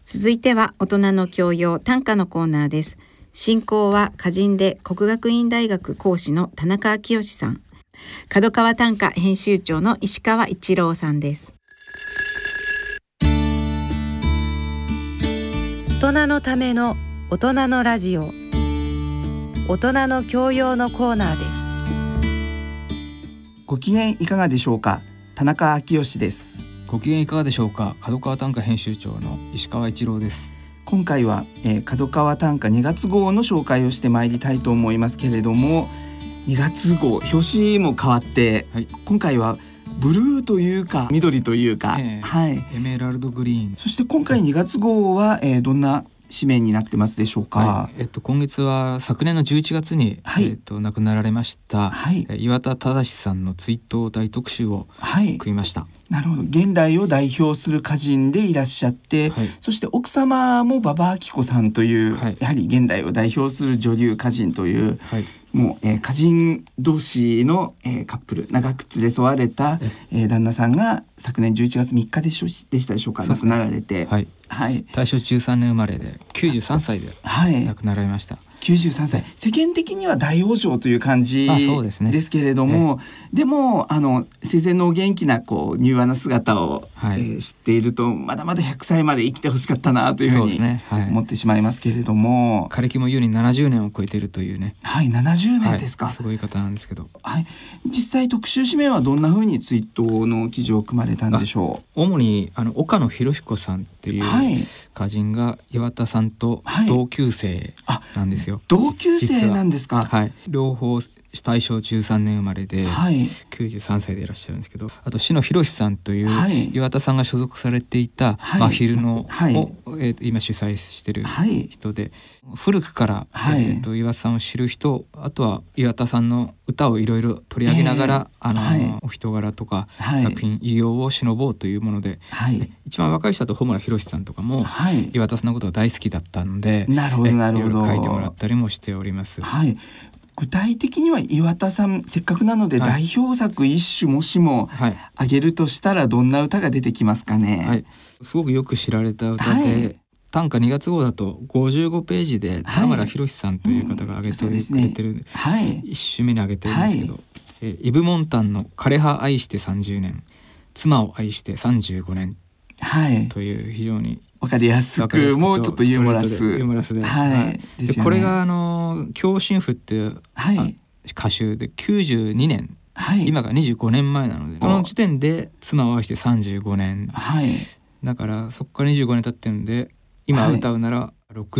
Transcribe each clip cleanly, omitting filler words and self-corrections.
続いては大人の教養短歌のコーナーです。進行は歌人で国学院大学講師の田中昭義さん、角川短歌編集長の石川一郎さんです。 大人のための大人のラジオ、大人の教養のコーナーです。 ご機嫌いかがでしょうか。田中昭義です。 ご機嫌いかがでしょうか。角川短歌編集長の石川一郎です。 今回は、角川短歌2月号の紹介をしてまいりたいと思いますけれども、2月号表紙も変わって、はい、今回はブルーというか緑というか、はい、 エメラルドグリーン。 そして今回2月号は、どんな紙面になってますでしょうか。 はい、今月は昨年の11月に、はい、亡くなられました、はい、岩田忠さんの追悼大特集を組みました。 なるほど。現代を代表する歌人でいらっしゃって、はい、そして奥様も馬場明子さんという、はい、やはり現代を代表する女流歌人という、はい、もう、歌人同士の、カップル、長く連れ添われた、旦那さんが昨年11月3日でしたでしょうか、亡くなられて、はいはい、大正13年生まれで93歳で亡くなられました。はい、 93歳、世間的には大往生という感じですけれども、でも生前のお元気な柔和な姿を、知っていると、まだまだ100歳まで生きてほしかったなというふうに思ってしまいますけれども、 枯れ木も優に70年を超えているというね。 はい、70年ですか。 はい、すごい方なんですけど、 はい、実際特集紙面はどんなふうに追悼の記事を組まれたんでしょう。主に岡野博彦さんっていう歌人が岩田さんと同級生なんですよ。 同級生なんですか。 はい、両方大正13年生まれで、93歳でいらっしゃるんですけど、あと篠博さんという岩田さんが所属されていた真昼のを、今主催している人で、古くから、岩田さんを知る人、あとは岩田さんの歌をいろいろ取り上げながら、お人柄とか、作品異様を忍ぼうというもので、一番若い人だと穂村弘さんとかも、岩田さんのことが大好きだったので、いろいろ書いてもらったりもしております。 はい、具体的には岩田さん、せっかくなので代表作一首もしも挙げるとしたら、どんな歌が出てきますかね。 はい、すごくよく知られた歌で、短歌2月号だと55ページで田村弘さんという方が挙げてくれてる、一首目に挙げてるんですけど、イブ・モンタンの枯葉愛して30年、妻を愛して35年という非常にわかりやすく、もうちょっとユーモラスで、 でこれが京新婦っていう歌集で92年、今が25年前なので、この時点で妻を愛して35年、だからそこから25年経ってるんで、今歌うなら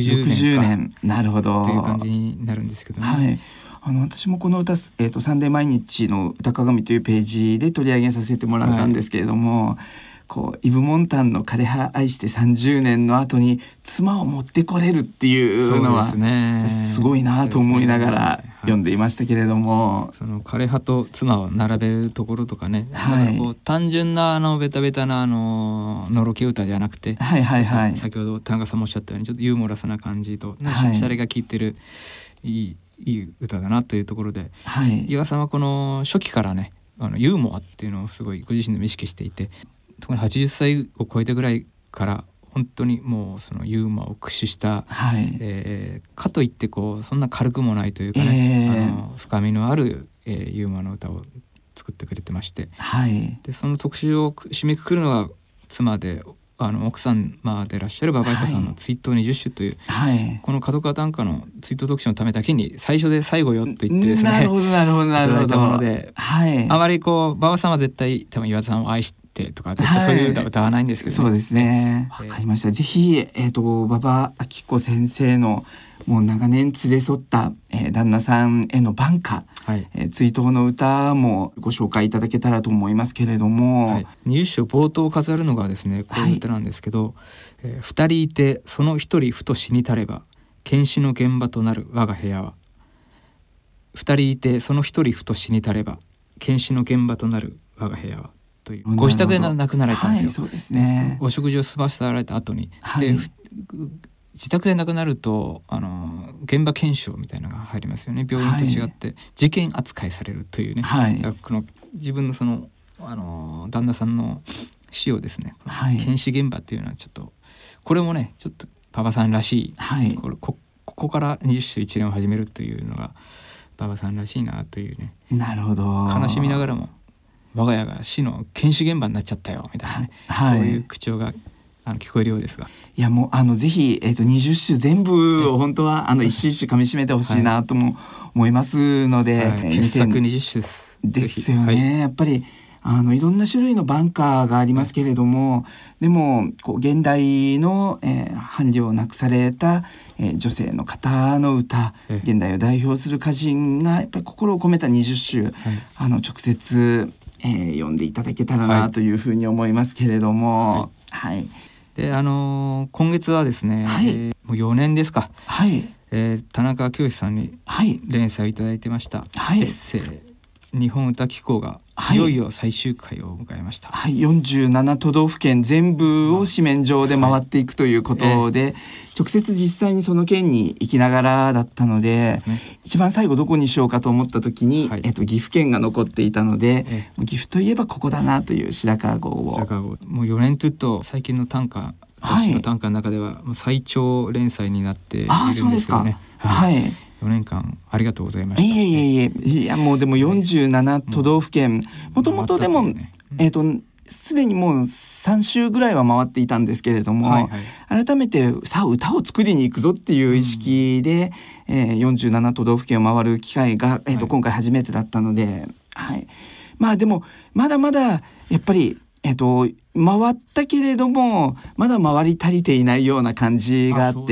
60年か、 なるほどっていう感じになるんですけどね。 私もこの歌、サンデー毎日の歌鏡というページで取り上げさせてもらったんですけれども、イブ・モンタンの枯葉愛して30年の後に妻を持ってこれるっていうのはすごいなと思いながら読んでいましたけれども、 その枯葉と妻を並べるところとかね、単純なベタベタなのろけ歌じゃなくて、先ほど田中さんもおっしゃったようにちょっとユーモラスな感じと、シャレが効いてるいい歌だなというところで、岩さんはこの初期からね、ユーモアっていうのをすごいご自身でも意識していて、特に80歳を超えたぐらいから本当にもうそのユーモアを駆使した、かといってそんな軽くもないというかね、深みのある、ユーモアの歌を作ってくれてまして、でその特集を締めくくるのが妻で奥様でいらっしゃる馬場子さんの追悼20首という、この角川短歌の追悼特集のためだけに最初で最後よと言ってですね、いただいたもので、あまり馬場さんは絶対多分岩田さんを愛してとか絶対そういう歌は歌わないんですけど、 そうですね、わかりました。ぜひ、馬場明子先生のもう長年連れ添った、旦那さんへの晩歌、追悼の歌もご紹介いただけたらと思いますけれども、 20首冒頭を飾るのがですね、こういう歌なんですけど、二人いてその一人ふと死にたれば検視の現場となる我が部屋は、二人いてその一人ふと死にたれば検視の現場となる我が部屋はという、ご自宅で亡くなられたんですよ。 そうですね、 ご食事を済ませられた後に、で自宅で亡くなると現場検証みたいなのが入りますよね。病院と違って事件扱いされるというね、この自分のその旦那さんの死をですね、検視現場っていうのはちょっとこれもねちょっと馬場さんらしい、ここから20種一連を始めるというのが馬場さんらしいなというね。 なるほど。 悲しみながらも我が家が死の検視現場になっちゃったよみたいなね、そういう口調が聞こえるようですが、 いやもうぜひ、20種全部を本当は一種一種噛み締めてほしいなとも思いますので、 傑作20種ですよね。やっぱりいろんな種類のバンカーがありますけれども、でも現代の、伴侶を亡くされた、女性の方の歌、現代を代表する歌人がやっぱり心を込めた20首、直接、読んでいただけたらなというふうに思いますけれども、 で今月はですね、もう4年ですか、田中清さんに連載をいただいてました、エッセイ日本歌機構がいよいよ最終回を迎えました。 47都道府県全部を紙面上で回っていくということで、直接実際にその県に行きながらだったので、一番最後どこにしようかと思った時に、岐阜県が残っていたので、岐阜といえばここだなという白川郷を。 もう4年というと最近の短歌雑誌の短歌の中では最長連載になっているんですけどね。4年間ありがとうございました。 いやもうでも47都道府県、もともとでもすでにもう3週ぐらいは回っていたんですけれども、改めてさあ歌を作りに行くぞっていう意識で、47都道府県を回る機会が、今回初めてだったので、まあでもまだまだやっぱり回ったけれどもまだ回り足りていないような感じがあって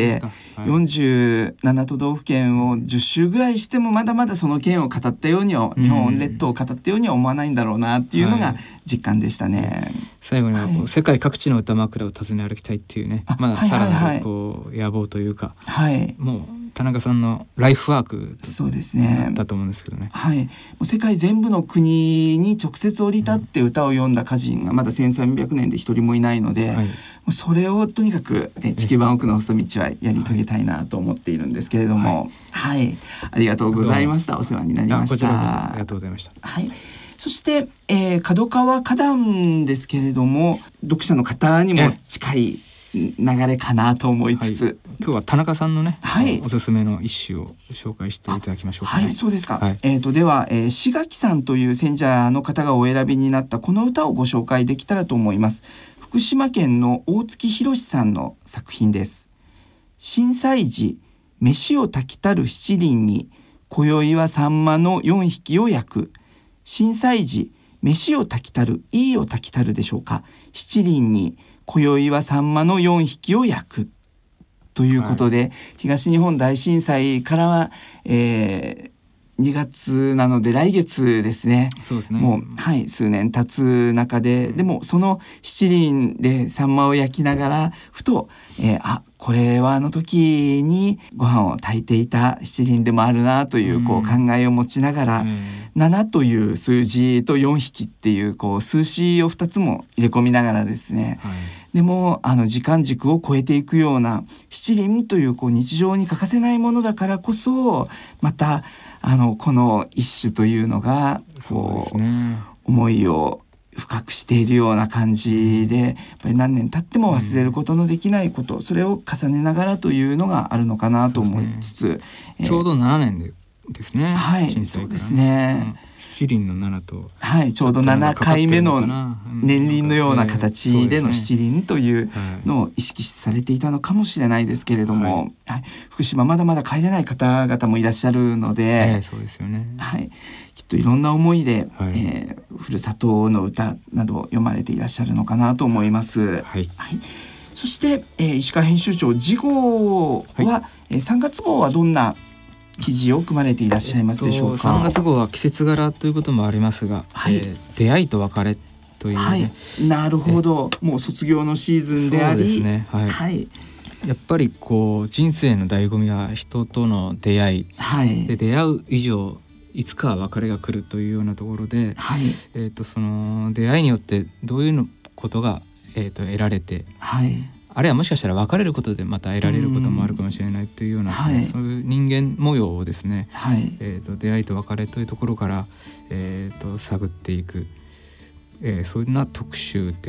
、47都道府県を10周ぐらいしてもまだまだその県を語ったようには、日本列島を語ったようには思わないんだろうなっていうのが実感でしたね。 最後には世界各地の歌枕を訪ね歩きたいっていうね、まださらなる野望というか、もう田中さんのライフワークだと思うんですけどね。 もう世界全部の国に直接降り立って歌を詠んだ歌人がまだ1300年で一人もいないので、もうそれをとにかく地球版奥の細道はやり遂げたいなと思っているんですけれども、ありがとうございました。お世話になりました。 こちらこそありがとうございました。 そして、角川花壇ですけれども、読者の方にも近い流れかなと思いつつ、 今日は田中さんのね、おすすめの一首を紹介していただきましょうかね。 そうですか。では、志垣さんという選者の方がお選びになったこの歌をご紹介できたらと思います。福島県の大月博さんの作品です。震災時飯を炊きたる七輪に今宵はサンマの4匹を焼く。震災時飯を炊きたる、いいを炊きたるでしょうか。七輪に今宵はサンマの4匹を焼くということで、東日本大震災からは、2月なので来月ですね。 そうですね。 もう、数年経つ中で、でもその七輪でサンマを焼きながらふと、これはあの時にご飯を炊いていた七輪でもあるなという考えを持ちながら、7という数字と4匹っていう数詞を2つも入れ込みながらですね、でも時間軸を超えていくような七輪という日常に欠かせないものだからこそ、またこの一首というのが思いを深くしているような感じで、やっぱり何年経っても忘れることのできないこと、それを重ねながらというのがあるのかなと思いつつ、 ちょうど7年ですね。 そうですね。 七輪の7と、 ちょうど7回目の年輪のような形での七輪というのを意識されていたのかもしれないですけれども、福島まだまだ帰れない方々もいらっしゃるので、 そうですよね。 きっといろんな思いで、ふるさとの歌など読まれていらっしゃるのかなと思います。そして、石川編集長、次号は、3月号はどんな記事を組まれていらっしゃいますでしょうか。 3月号は季節柄ということもありますが、出会いと別れというね、 なるほど。もう卒業のシーズンであり、 そうですね。やっぱり人生の醍醐味は人との出会い、で出会う以上いつかは別れが来るというようなところで、その出会いによってどういうことが、得られて、あるいはもしかしたら別れることでまた得られることもあるかもしれないというような、そういう人間模様をですね、出会いと別れというところから、探っていく、そんな特集です。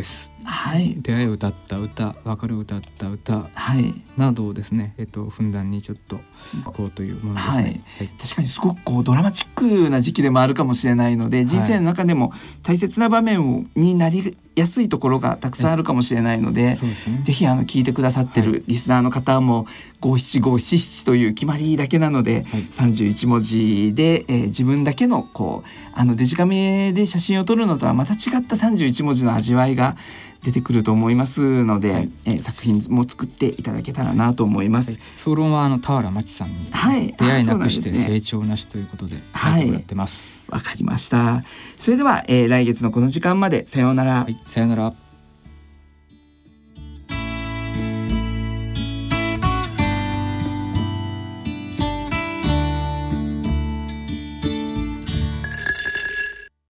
出会いを歌った歌、別れを歌った歌などをですね、ふんだんにちょっとこうというものですね。 確かにすごくこうドラマチックな時期でもあるかもしれないので、人生の中でも大切な場面になりやすいところがたくさんあるかもしれないので、ぜひ聞いてくださってるリスナーの方も五七五七七という決まりだけなので、31文字で、自分だけのこうデジカメで写真を撮るのとはまた違った31文字の味わいが出てくると思いますので、作品も作っていただけたらなと思います。 総論は田原町さんに、出会いなくして成長なしということで書いてもらってます。 わかりました。それでは、来月のこの時間までさようなら。 さようなら。